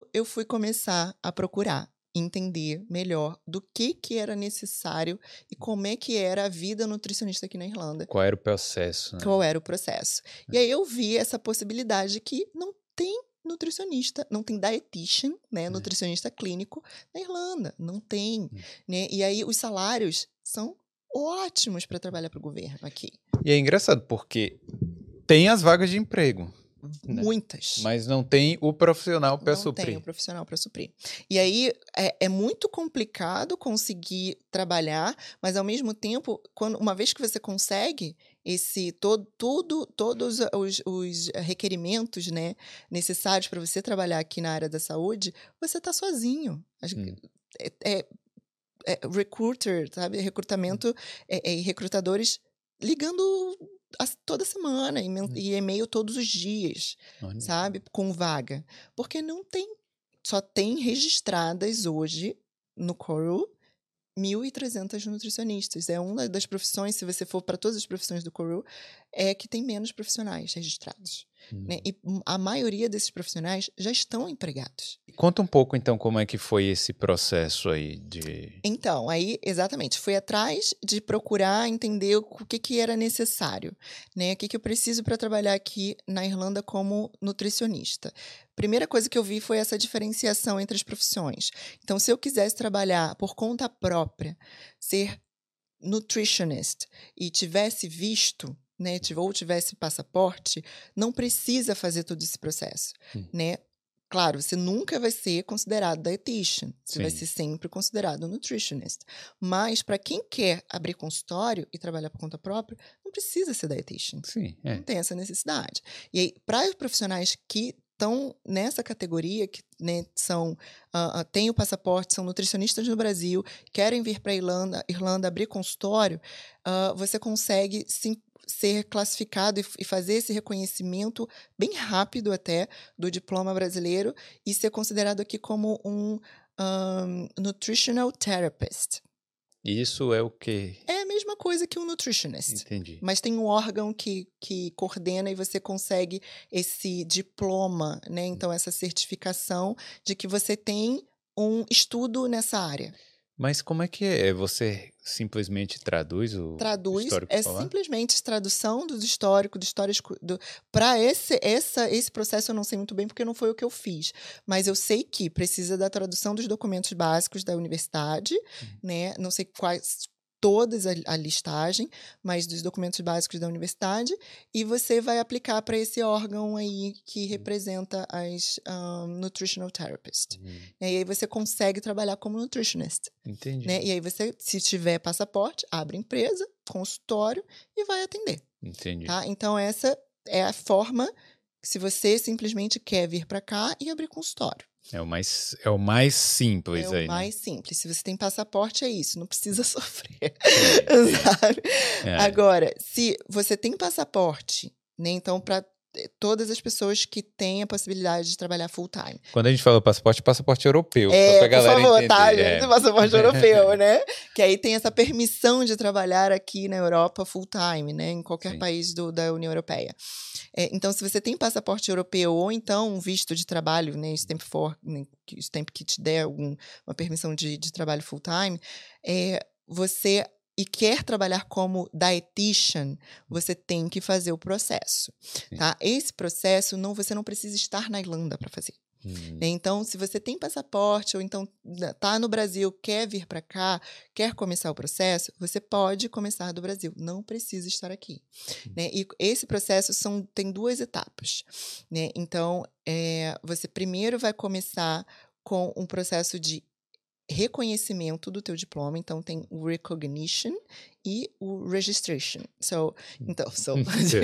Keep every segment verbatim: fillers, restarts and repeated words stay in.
eu fui começar a procurar entender melhor do que, que era necessário e como é que era a vida nutricionista aqui na Irlanda. Qual era o processo? Né? Qual era o processo. E aí eu vi essa possibilidade que não tem nutricionista, não tem dietitian, né, É. nutricionista clínico na Irlanda, não tem, Hum. né? E aí os salários são ótimos para trabalhar para o governo aqui. E é engraçado porque tem as vagas de emprego, né? Muitas. Mas não tem o profissional para suprir. Não tem o profissional para suprir. E aí é, é muito complicado conseguir trabalhar, mas ao mesmo tempo, quando, uma vez que você consegue esse todo, tudo, todos os, os requerimentos, né, necessários para você trabalhar aqui na área da saúde, você está sozinho. Hum. É, é, é recruiter, sabe? Recrutamento é, é, recrutadores ligando toda semana, e, hum. e e-mail todos os dias, Olha. sabe? Com vaga. Porque não tem, só tem registradas hoje no Coru mil e trezentas nutricionistas. É uma das profissões, se você for para todas as profissões do Coru, é que tem menos profissionais registrados. Hum. Né? E a maioria desses profissionais já estão empregados. Conta um pouco, então, como é que foi esse processo aí de... Então, aí, exatamente, fui atrás de procurar entender o que, que era necessário, né? O que, que eu preciso para trabalhar aqui na Irlanda como nutricionista. Primeira coisa que eu vi foi essa diferenciação entre as profissões. Então, se eu quisesse trabalhar por conta própria, ser nutritionist e tivesse visto, né, ou tivesse passaporte, não precisa fazer todo esse processo, hum. né? Claro, você nunca vai ser considerado dietitian, você Sim. vai ser sempre considerado nutritionist. Mas para quem quer abrir consultório e trabalhar por conta própria, não precisa ser dietitian. Sim, é. Não tem essa necessidade. E aí, para os profissionais que estão nessa categoria, que, né, são, uh, uh, têm o passaporte, são nutricionistas no Brasil, querem vir para a Irlanda, Irlanda abrir consultório, uh, você consegue sim, ser classificado e, e fazer esse reconhecimento bem rápido até do diploma brasileiro e ser considerado aqui como um, um nutritional therapist. Isso é o quê? É a mesma coisa que um nutritionist. Entendi. Mas tem um órgão que, que coordena e você consegue esse diploma, né? Então, essa certificação de que você tem um estudo nessa área. Mas como é que é? Você simplesmente traduz o Traduz, histórico é falar? simplesmente tradução do histórico, do histórico... Do, para esse, essa, esse processo eu não sei muito bem porque não foi o que eu fiz. Mas eu sei que precisa da tradução dos documentos básicos da universidade, Hum. né? Não sei quais... todas a, a listagem, mas dos documentos básicos da universidade, e você vai aplicar para esse órgão aí que representa as um, nutritional therapists. Hum. E aí você consegue trabalhar como nutritionist. Entendi. Né? E aí você, se tiver passaporte, abre empresa, consultório e vai atender. Entendi. Tá? Então essa é a forma se você simplesmente quer vir para cá e abrir consultório. É o mais, é o mais simples é aí, o mais né? simples. Se você tem passaporte, é isso. Não precisa sofrer. Sim, sim. Sabe? É. Agora, se você tem passaporte, né? Então, para todas as pessoas que têm a possibilidade de trabalhar full time. Quando a gente fala passaporte, passaporte europeu. É, só pra por galera favor, entender. tá, gente? É. Passaporte europeu, né? Que aí tem essa permissão de trabalhar aqui na Europa full time, né? Em qualquer Sim. país do, da União Europeia. É, então, se você tem passaporte europeu ou então um visto de trabalho, né, Stamp for, né, Stamp que te der algum, uma permissão de, de trabalho full time, é, você e quer trabalhar como dietitian, você tem que fazer o processo. Tá? Esse processo não, você não precisa estar na Irlanda para fazer. Hum. Então, se você tem passaporte ou então está no Brasil, quer vir para cá, quer começar o processo, você pode começar do Brasil, não precisa estar aqui. Hum. Né? E esse processo são, tem duas etapas. Né? Então, é, você primeiro vai começar com um processo de reconhecimento do teu diploma, então tem o recognition e o registration. So, então, so,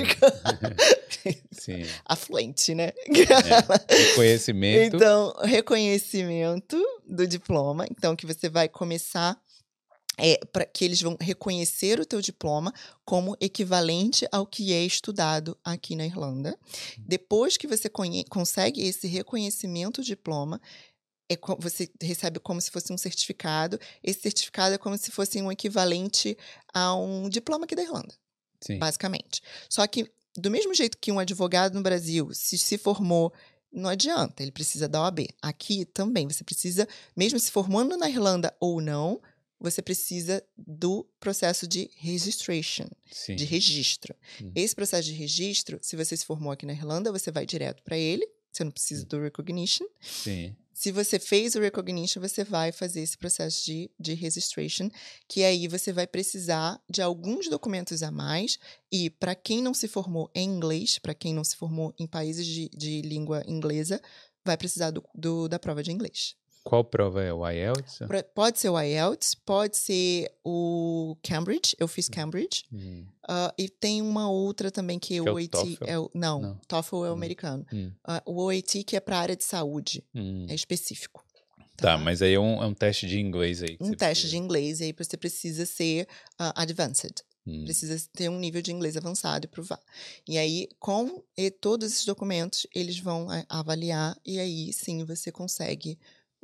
Sim. afluente, né? É. Reconhecimento. Então, reconhecimento do diploma, então que você vai começar é, para que eles vão reconhecer o teu diploma como equivalente ao que é estudado aqui na Irlanda. Depois que você conhe- consegue esse reconhecimento do diploma, É, você recebe como se fosse um certificado. Esse certificado é como se fosse um equivalente a um diploma aqui da Irlanda, Sim. basicamente. Só que, do mesmo jeito que um advogado no Brasil se, se formou não adianta, ele precisa da O A B. Aqui também, você precisa, mesmo se formando na Irlanda ou não, você precisa do processo de registration, Sim. de registro. Hum. Esse processo de registro, se você se formou aqui na Irlanda, você vai direto para ele, você não precisa do recognition. Sim. Se você fez o recognition, você vai fazer esse processo de, de registration, que aí você vai precisar de alguns documentos a mais. E para quem não se formou em inglês, para quem não se formou em países de, de língua inglesa, vai precisar do, do, da prova de inglês. Qual prova é? O I E L T S? Pra- Pode ser o I E L T S, pode ser o Cambridge, eu fiz Cambridge. Hum. Uh, e tem uma outra também que, Que o é o O A T TOEFL? é o, não, Não. TOEFL é o Hum. americano. Hum. Uh, o O A T que é para a área de saúde, Hum. é específico. Tá, mas aí é um, é um teste de inglês aí. que Um você teste precisa. de inglês, e aí você precisa ser uh, advanced. Hum. Precisa ter um nível de inglês avançado e provar. E aí, com e todos esses documentos, eles vão a- avaliar, e aí sim você consegue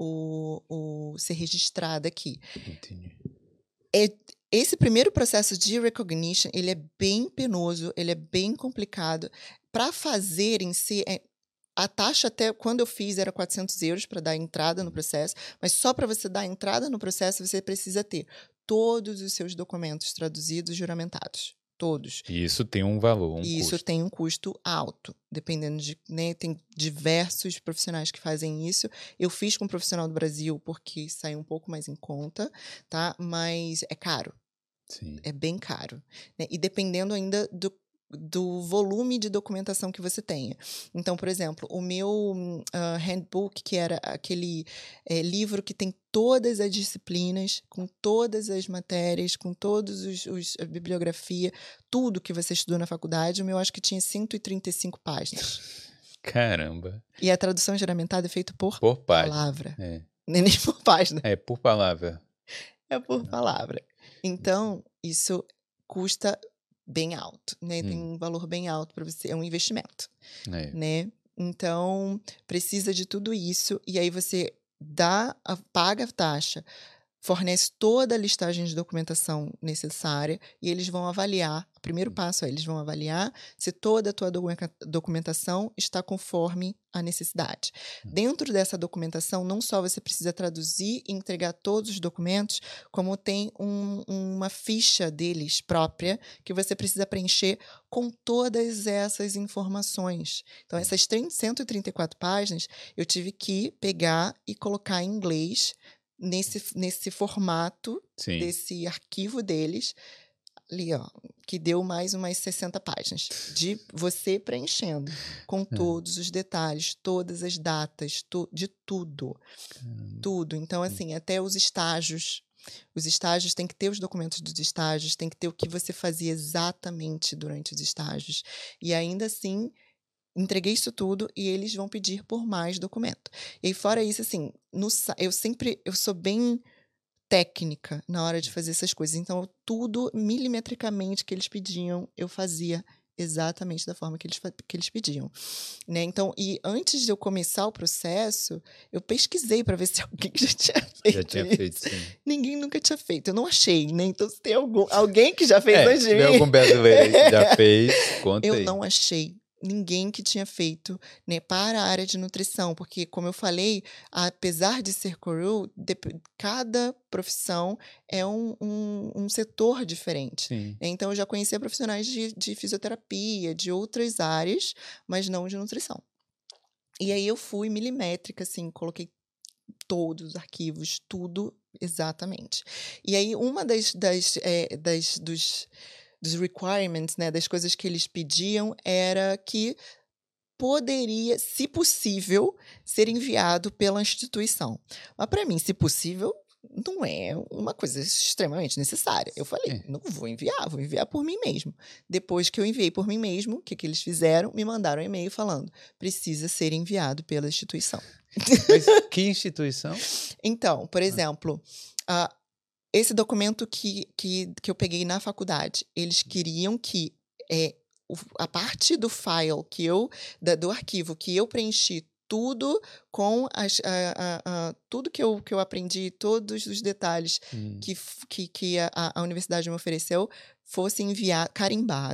o, o, ser registrado aqui. Entendi. É, esse primeiro processo de recognition, ele é bem penoso, ele é bem complicado. Para fazer em si, é, a taxa até quando eu fiz era quatrocentos euros para dar entrada no processo, mas só para você dar entrada no processo, você precisa ter todos os seus documentos traduzidos, juramentados. Todos. E isso tem um valor, um E isso custo. tem um custo alto, dependendo de, né, tem diversos profissionais que fazem isso. Eu fiz com um profissional do Brasil porque saiu um pouco mais em conta, tá? Mas é caro, Sim. é bem caro, né? E dependendo ainda do, do volume de documentação que você tenha. Então, por exemplo, o meu uh, handbook, que era aquele é, livro que tem todas as disciplinas, com todas as matérias, com todos os, os a bibliografia, tudo que você estudou na faculdade, o meu acho que tinha cento e trinta e cinco páginas. Caramba. E a tradução juramentada é feita por, Por página. palavra. É. Nem por página. É, por palavra. É por palavra. Então, isso custa bem alto, né? Tem Hum. um valor bem alto para você, é um investimento, É. né? Então, precisa de tudo isso e aí você dá, a, paga a taxa, fornece toda a listagem de documentação necessária e eles vão avaliar, o primeiro passo é, eles vão avaliar se toda a tua documentação está conforme a necessidade. Dentro dessa documentação, não só você precisa traduzir e entregar todos os documentos, como tem um, uma ficha deles própria que você precisa preencher com todas essas informações. Então, essas cento e trinta e quatro páginas, eu tive que pegar e colocar em inglês nesse, nesse formato, Sim. desse arquivo deles, ali, ó, que deu mais umas sessenta páginas, de você preenchendo com todos os detalhes, todas as datas, tu, de tudo. Caramba. Tudo. Então, assim, até os estágios. Os estágios, tem que ter os documentos dos estágios, tem que ter o que você fazia exatamente durante os estágios. E ainda assim, entreguei isso tudo e eles vão pedir por mais documento. E fora isso, assim, no, eu sempre, eu sou bem técnica na hora de fazer essas coisas. Então, tudo milimetricamente que eles pediam, eu fazia exatamente da forma que eles, que eles pediam. Né? Então, e antes de eu começar o processo, eu pesquisei para ver se alguém já tinha feito Já tinha isso. feito, sim. Ninguém nunca tinha feito. Eu não achei, né? Então, se tem algum, alguém que já fez É, antes se de tiver mim... algum brasileiro aí que já fez, conta eu aí. não achei ninguém que tinha feito, né, para a área de nutrição, porque, como eu falei, apesar de ser curu, de, cada profissão é um, um, um setor diferente. Sim. Então, eu já conhecia profissionais de, de fisioterapia, de outras áreas, mas não de nutrição. E aí eu fui milimétrica, assim, coloquei todos os arquivos, tudo exatamente. E aí, uma das, das, é, das dos dos requirements, né, das coisas que eles pediam, era que poderia, se possível, ser enviado pela instituição. Mas, para mim, se possível, não é uma coisa extremamente necessária. Eu falei, É. não vou enviar, vou enviar por mim mesmo. Depois que eu enviei por mim mesmo, o que, que eles fizeram? Me mandaram um e-mail falando, precisa ser enviado pela instituição. Mas que instituição? Então, por exemplo, a esse documento que, que, que eu peguei na faculdade, eles queriam que é, o, a parte do file, que eu, da, do arquivo, que eu preenchi tudo com as, a, a, a, tudo que eu, que eu aprendi, todos os detalhes hum. que, que, que a, a universidade me ofereceu, fosse enviar carimbado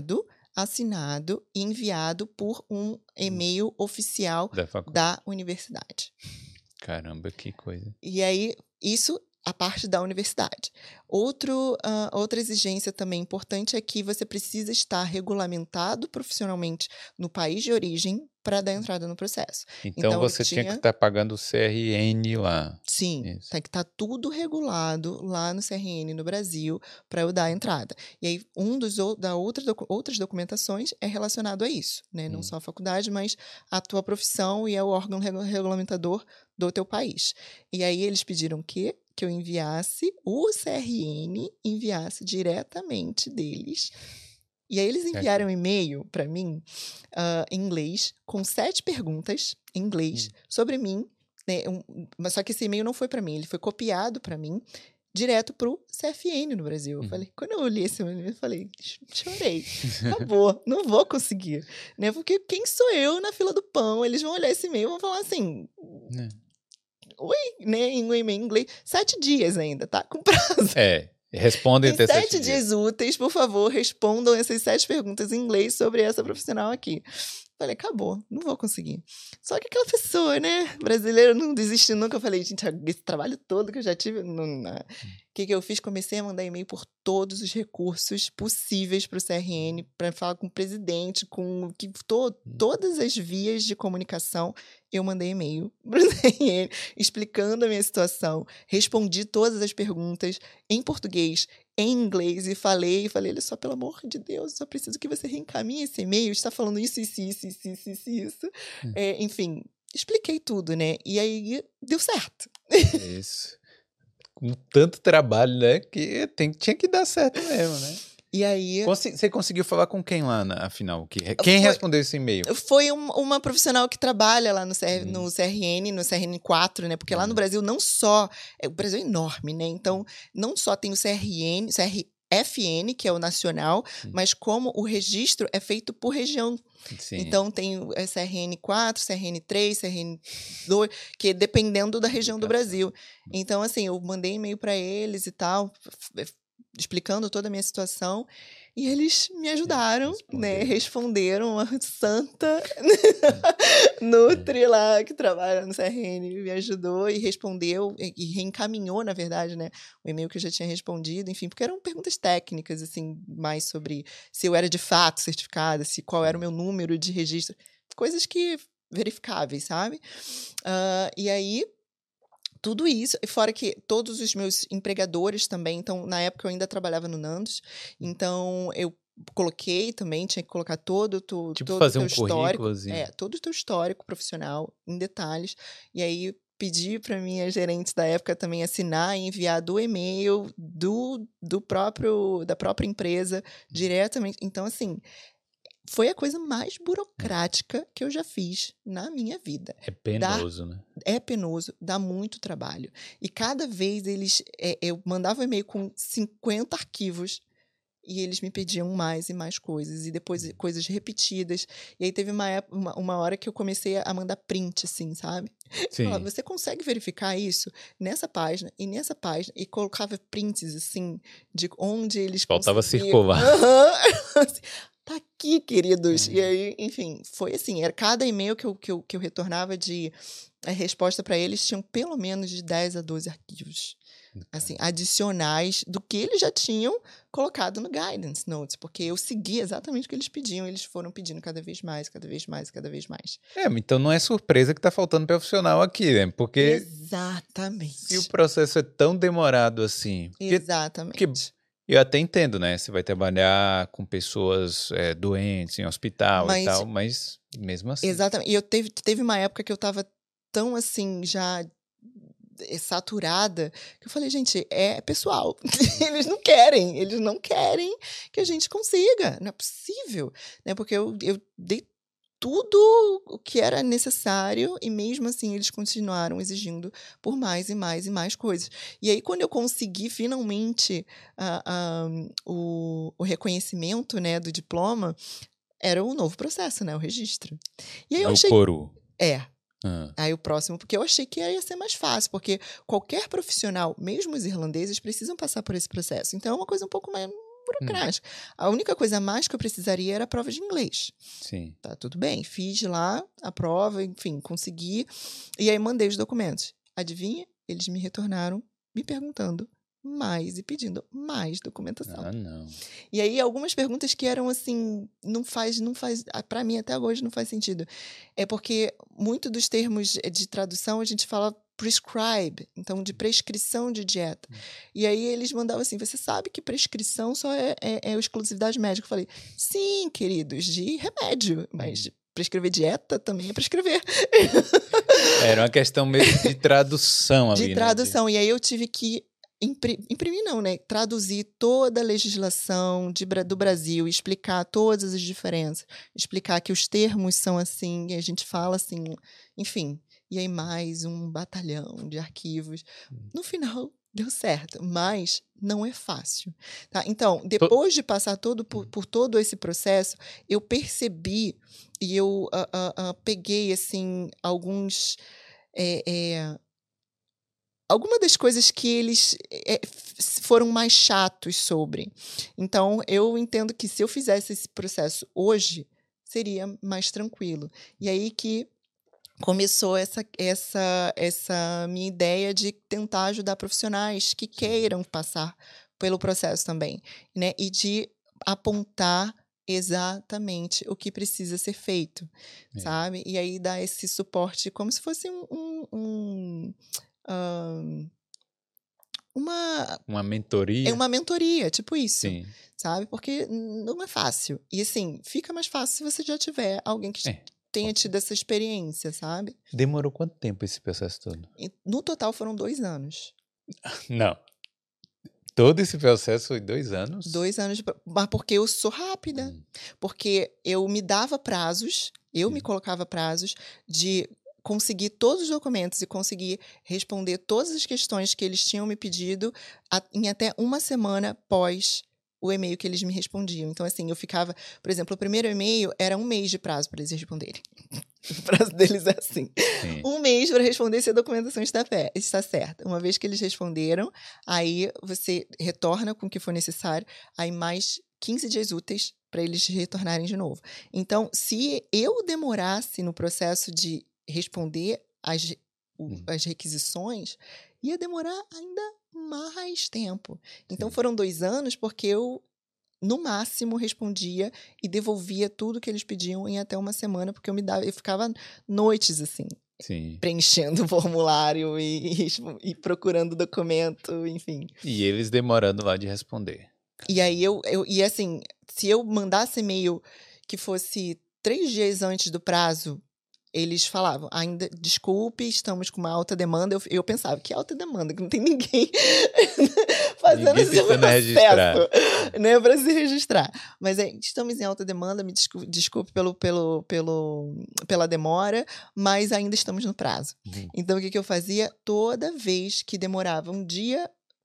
assinado e enviado por um e-mail oficial Da faculdade. da universidade. Caramba, que coisa. E aí, isso a parte da universidade. Outro, uh, outra exigência também importante é que você precisa estar regulamentado profissionalmente no país de origem para dar entrada no processo. Então, Então, você tinha... tinha que estar pagando o C R N lá. Sim, Isso. tem que estar tudo regulado lá no C R N no Brasil para eu dar a entrada. E aí, um dos da outra, outras documentações é relacionado a isso, né? Não Hum. só a faculdade, mas a tua profissão e é o órgão regulamentador do teu país. E aí, eles pediram que que eu enviasse, o C R N enviasse diretamente deles. E aí eles enviaram um e-mail para mim, uh, em inglês, com sete perguntas em inglês hum. sobre mim. Né, um, mas só que esse e-mail não foi para mim, ele foi copiado para mim, direto pro C F N no Brasil. Eu Uhum. falei, quando eu li esse e-mail, eu falei, chorei, acabou, não vou conseguir. Né, porque quem sou eu na fila do pão? Eles vão olhar esse e-mail e vão falar assim... É. Oi, né, em um e-mail em inglês, sete dias ainda, tá? Com prazo. É, respondem até sete, sete sete dias. dias úteis, por favor, respondam essas sete perguntas em inglês sobre essa profissional aqui. Falei, acabou, não vou conseguir. Só que aquela pessoa, né, brasileira, não desiste nunca. Eu falei, gente, esse trabalho todo que eu já tive... Não, não. O que, que eu fiz? Comecei a mandar e-mail por todos os recursos possíveis para o C R N, para falar com o presidente, com que, to, todas as vias de comunicação. Eu mandei e-mail para o C R N, explicando a minha situação. Respondi todas as perguntas em português, em inglês, e falei, e falei, olha só, pelo amor de Deus, só preciso que você reencaminhe esse e-mail, está falando isso, isso, isso, isso, isso, isso, isso. Hum. É, enfim, expliquei tudo, né? E aí, deu certo. Isso. Com tanto trabalho, né, que tem, tinha que dar certo mesmo, né? E aí... Consi- você conseguiu falar com quem lá, na, afinal? Que, quem foi, respondeu esse e-mail? Foi um, uma profissional que trabalha lá no, C R, hum. no C R N, no C R N quatro, né? Porque hum. lá no Brasil não só... O Brasil é enorme, né? Então, não só tem o C R N, C R F N, que é o nacional, hum. mas como o registro é feito por região. Sim. Então, tem o C R N quatro, C R N três, C R N dois, que dependendo da região do Brasil. Então, assim, eu mandei e-mail para eles e tal, explicando toda a minha situação, e eles me ajudaram, né? Responderam, uma santa Nutri lá, que trabalha no C R N, me ajudou e respondeu, e reencaminhou, na verdade, né? O e-mail que eu já tinha respondido, enfim, porque eram perguntas técnicas, assim, mais sobre se eu era de fato certificada, se qual era o meu número de registro, coisas que verificáveis, sabe? Uh, e aí... Tudo isso, e fora que todos os meus empregadores também, então, na época eu ainda trabalhava no Nandos, então eu coloquei também, tinha que colocar todo, todo, tipo todo fazer o teu um histórico. Assim. É, todo o teu histórico profissional, em detalhes, e aí pedi para minha gerente da época também assinar e enviar do e-mail do, do próprio, da própria empresa, diretamente, então assim... Foi a coisa mais burocrática que eu já fiz na minha vida. É penoso, dá, né? É penoso, dá muito trabalho. E cada vez eles... É, eu mandava um e-mail com cinquenta arquivos e eles me pediam mais e mais coisas. E depois coisas repetidas. E aí teve uma, época, uma, uma hora que eu comecei a mandar print, assim, sabe? Sim. Falava, você consegue verificar isso nessa página e nessa página? E colocava prints, assim, de onde eles Faltava conseguiam. circular. Uhum. Tá aqui, queridos. Uhum. E aí, enfim, foi assim, era cada e-mail que eu, que eu, que eu retornava de a resposta para eles, tinham pelo menos de dez a doze arquivos, assim, adicionais do que eles já tinham colocado no Guidance Notes, porque eu segui exatamente o que eles pediam, eles foram pedindo cada vez mais, cada vez mais, cada vez mais. É, então não é surpresa que tá faltando profissional aqui, né? Porque... Exatamente. Se o processo é tão demorado assim... Exatamente. Que, que... Eu até entendo, né? Você vai trabalhar com pessoas é, doentes em hospital mas, e tal, mas mesmo assim. Exatamente. E eu teve, teve uma época que eu tava tão assim, já saturada, que eu falei, gente, é pessoal. Eles não querem, eles não querem que a gente consiga. Não é possível. Né? Porque eu, eu dei tudo o que era necessário e mesmo assim eles continuaram exigindo por mais e mais e mais coisas. E aí quando eu consegui finalmente uh, um, o, o reconhecimento, né, do diploma, era um novo processo, né, o registro. E aí eu o achei... coro. É. Ah. Aí o próximo, porque eu achei que ia ser mais fácil, porque qualquer profissional, mesmo os irlandeses, precisam passar por esse processo. Então é uma coisa um pouco mais... burocrática. Hum. A única coisa a mais que eu precisaria era a prova de inglês. Sim. Tá, tudo bem. Fiz lá a prova, enfim, consegui. E aí mandei os documentos. Adivinha? Eles me retornaram me perguntando mais e pedindo mais documentação. Ah, não. E aí algumas perguntas que eram assim, não faz, não faz, para mim até hoje não faz sentido. É porque muito dos termos de tradução a gente fala prescribe, então de prescrição de dieta. Hum. E aí eles mandavam assim, você sabe que prescrição só é, é, é exclusividade médica. Eu falei, sim, queridos, de remédio, mas hum. prescrever dieta também é prescrever. Era uma questão mesmo de tradução ali, de tradução, né? De... E aí eu tive que imprimir não, né? Traduzir toda a legislação de, do Brasil, explicar todas as diferenças, explicar que os termos são assim, e a gente fala assim, enfim. E aí mais um batalhão de arquivos. No final, deu certo, mas não é fácil. Tá? Então, depois de passar todo, por, por todo esse processo, eu percebi e eu uh, uh, uh, peguei, assim, alguns... É, é, algumas das coisas que eles é, foram mais chatos sobre. Então, eu entendo que se eu fizesse esse processo hoje, seria mais tranquilo. E aí que começou essa, essa, essa minha ideia de tentar ajudar profissionais que queiram passar pelo processo também, né? E de apontar exatamente o que precisa ser feito, é. sabe? E aí dar esse suporte como se fosse um... um, um Um, uma uma mentoria é uma mentoria, tipo isso. Sim. Sabe? Porque não é fácil. E assim, fica mais fácil se você já tiver alguém que é. tenha tido essa experiência, sabe? Demorou quanto tempo esse processo todo? E, no total foram dois anos. Não. Todo esse processo foi dois anos? Dois anos, mas porque eu sou rápida. Hum. Porque eu me dava prazos, eu hum. me colocava prazos de conseguir todos os documentos e conseguir responder todas as questões que eles tinham me pedido a, em até uma semana pós o e-mail que eles me respondiam. Então, assim, eu ficava... Por exemplo, o primeiro e-mail era um mês de prazo para eles responderem. O prazo deles é assim. Sim. Um mês para responder se a documentação está, está certa. Uma vez que eles responderam, aí você retorna com o que for necessário, aí mais quinze dias úteis para eles retornarem de novo. Então, se eu demorasse no processo de responder as, hum. as requisições, ia demorar ainda mais tempo. Então, Sim. foram dois anos porque eu, no máximo, respondia e devolvia tudo que eles pediam em até uma semana, porque eu me dava, eu ficava noites, assim, Sim. preenchendo o formulário e, e, e procurando documento, enfim. E eles demorando lá de responder. E aí, eu, eu e assim, se eu mandasse e-mail que fosse três dias antes do prazo, eles falavam, ainda, desculpe, estamos com uma alta demanda. Eu, eu pensava, que alta demanda? Que não tem ninguém fazendo ninguém esse processo, né, para se registrar. Mas é, estamos em alta demanda, me desculpe, desculpe pelo, pelo, pelo, pela demora, mas ainda estamos no prazo. Uhum. Então, o que, que eu fazia? Toda vez que demorava um dia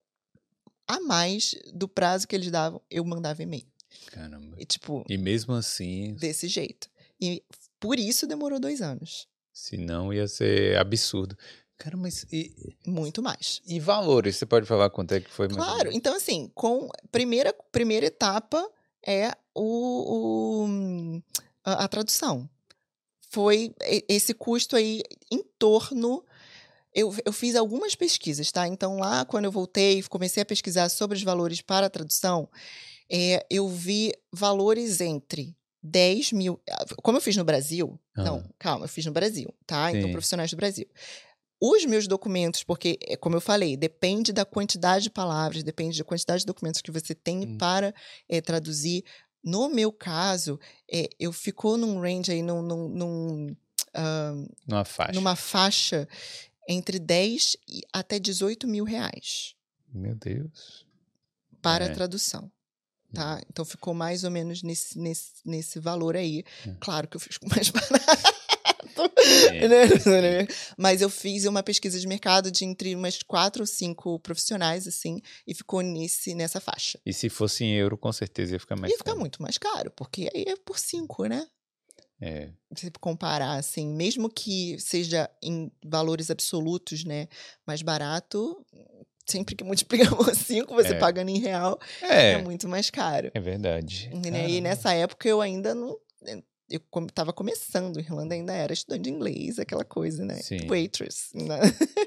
a mais do prazo que eles davam, eu mandava e-mail. Caramba. E, tipo, e mesmo assim... Desse jeito. E... Por isso demorou dois anos. Senão ia ser absurdo. Cara, mas... E, muito mais. E valores? Você pode falar quanto é que foi? Claro. Então, assim, com primeira, primeira etapa é o, o, a, a tradução. Foi esse custo aí em torno... Eu, eu fiz algumas pesquisas, tá? Então, lá, quando eu voltei, comecei a pesquisar sobre os valores para a tradução, é, eu vi valores entre... dez mil, como eu fiz no Brasil, ah. não, calma, eu fiz no Brasil, tá? Sim. Então, profissionais do Brasil. Os meus documentos, porque, como eu falei, depende da quantidade de palavras, depende da quantidade de documentos que você tem hum. para é, traduzir. No meu caso, é, eu ficou num range aí, num, num, num, uh, numa, faixa. numa faixa entre dez e até dezoito mil reais. Meu Deus. Para é. a tradução. Tá? Então, ficou mais ou menos nesse, nesse, nesse valor aí. É. Claro que eu fiz com mais barato. É. Né? Mas eu fiz uma pesquisa de mercado de entre umas quatro ou cinco profissionais, assim, e ficou nesse, nessa faixa. E se fosse em euro, com certeza ia ficar mais ia caro. Ia ficar muito mais caro, porque aí é por cinco, né? É. Se comparar, assim, mesmo que seja em valores absolutos, né, mais barato, sempre que multiplica por cinco, você é. pagando em real, é. é muito mais caro. É verdade. Né? E nessa época eu ainda não... Eu estava começando, Irlanda ainda era estudante de inglês, aquela coisa, né? Sim. Waitress. Né?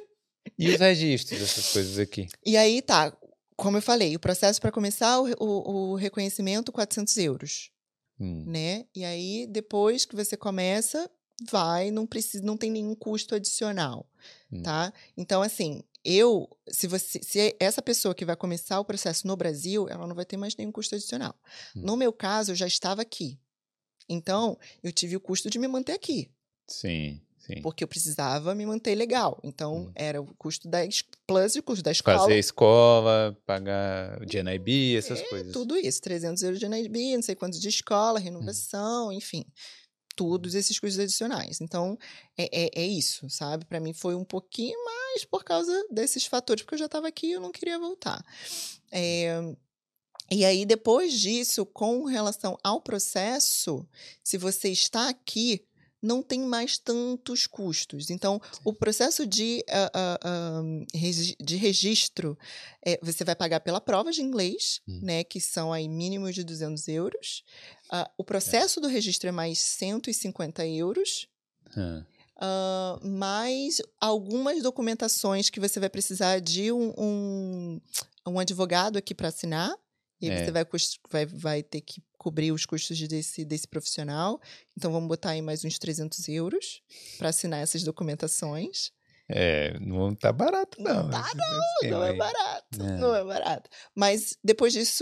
E os registros dessas coisas aqui? E aí, tá. Como eu falei, o processo para começar, o, o, o reconhecimento, quatrocentos euros. Hum. Né? E aí, depois que você começa, vai, não precisa, não tem nenhum custo adicional, hum. tá? Então, assim, eu, se você, se essa pessoa que vai começar o processo no Brasil, ela não vai ter mais nenhum custo adicional. Hum. No meu caso, eu já estava aqui. Então, eu tive o custo de me manter aqui. Sim, sim. Porque eu precisava me manter legal. Então, hum. era o custo da plus e o custo da escola. Fazer escola, pagar o de N I B, essas é, coisas. Tudo isso. trezentos euros de N I B, não sei quantos de escola, renovação, hum. enfim. Todos esses custos adicionais. Então, é, é, é isso, sabe? Para mim foi um pouquinho mais por causa desses fatores, porque eu já estava aqui e eu não queria voltar. É... E aí, depois disso, com relação ao processo, se você está aqui, não tem mais tantos custos. Então, sim. o processo de, uh, uh, uh, de registro, é, você vai pagar pela prova de inglês, hum. né, que são aí mínimos de duzentos euros. Uh, o processo é. do registro é mais cento e cinquenta euros. Hum. Uh, mais algumas documentações que você vai precisar de um, um, um advogado aqui para assinar. E aí é. você vai, vai, vai ter que cobrir os custos desse, desse profissional. Então, vamos botar aí mais uns trezentos euros para assinar essas documentações. É, não tá barato, não. Não tá, não. Não é barato. É. Não é barato. Mas, depois disso,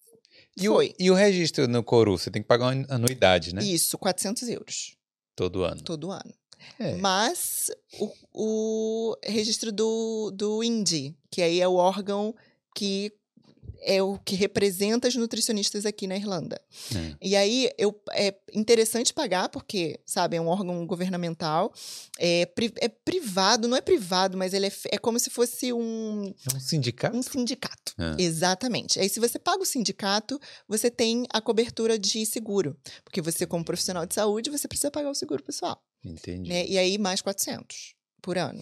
e foi. O, e o registro no Coru? Você tem que pagar uma anuidade, né? Isso, quatrocentos euros. Todo ano? Todo ano. É. Mas, o, o registro do, do I N D I, que aí é o órgão que... é o que representa os nutricionistas aqui na Irlanda. É. E aí, eu, é interessante pagar, porque, sabe, é um órgão governamental, é, pri, é privado, não é privado, mas ele é, é como se fosse um... É um sindicato? Um sindicato, é. Exatamente. Aí, se você paga o sindicato, você tem a cobertura de seguro, porque você, como profissional de saúde, você precisa pagar o seguro pessoal. Entendi. Né? E aí, mais quatrocentos por ano.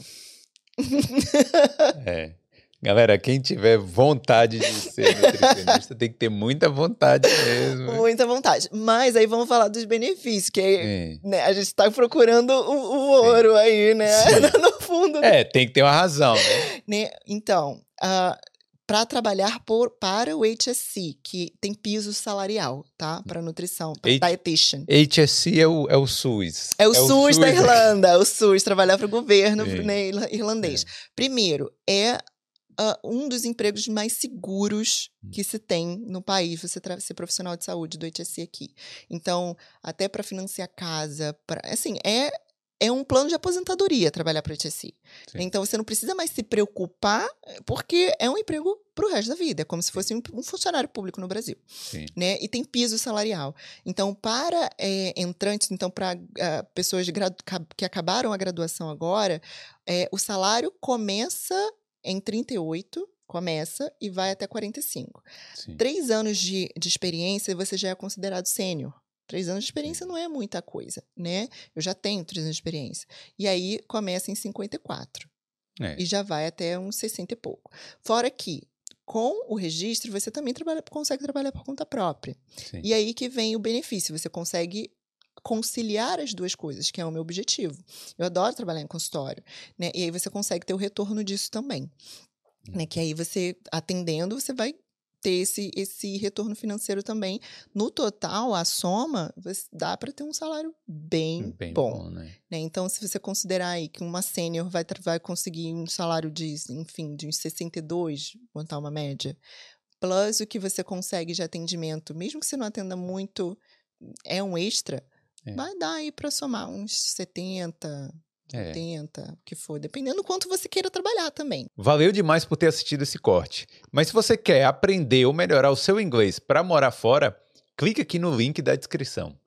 É. Galera, quem tiver vontade de ser nutricionista tem que ter muita vontade mesmo. Muita vontade. Mas aí vamos falar dos benefícios, que aí, né, a gente está procurando o, o ouro Sim. aí, né? Sim. No fundo. É, tem que ter uma razão, né? né? Então, uh, para trabalhar por, para o H S C, que tem piso salarial, tá? Para nutrição, para dietitian. H S C é o, é o SUS. É o, é o SUS, SUS da Irlanda, é o SUS, trabalhar para o governo né, irlandês. É. Primeiro, é... Uh, um dos empregos mais seguros que se tem no país, você ser profissional de saúde do H S C aqui. Então, até para financiar casa, pra, assim, é, é um plano de aposentadoria trabalhar para o H S C. Sim. Então, você não precisa mais se preocupar, porque é um emprego para o resto da vida. É como se fosse um, um funcionário público no Brasil. Sim. Né? E tem piso salarial. Então, para é, entrantes, então para uh, pessoas de gradu- que acabaram a graduação agora, é, o salário começa... em trinta e oito, começa e vai até quarenta e cinco. Sim. Três anos de, de experiência, você já é considerado sênior. Três anos de experiência Sim. não é muita coisa, né? Eu já tenho três anos de experiência. E aí, começa em cinquenta e quatro. É. E já vai até uns sessenta e pouco. Fora que, com o registro, você também trabalha, consegue trabalhar por conta própria. Sim. E aí que vem o benefício. Você consegue... conciliar as duas coisas, que é o meu objetivo. Eu adoro trabalhar em consultório, né? E aí você consegue ter o retorno disso também. Uhum. Né? Que aí você, atendendo, você vai ter esse, esse retorno financeiro também. No total, a soma, dá para ter um salário bem, bem bom. bom né? Né? Então, se você considerar aí que uma sênior vai, vai conseguir um salário de, enfim, de uns sessenta e dois, vou botar uma média, plus o que você consegue de atendimento, mesmo que você não atenda muito, é um extra, É. vai dar aí para somar uns setenta, é. oitenta, o que for, dependendo do quanto você queira trabalhar também. Valeu demais por ter assistido esse corte. Mas se você quer aprender ou melhorar o seu inglês para morar fora, clique aqui no link da descrição.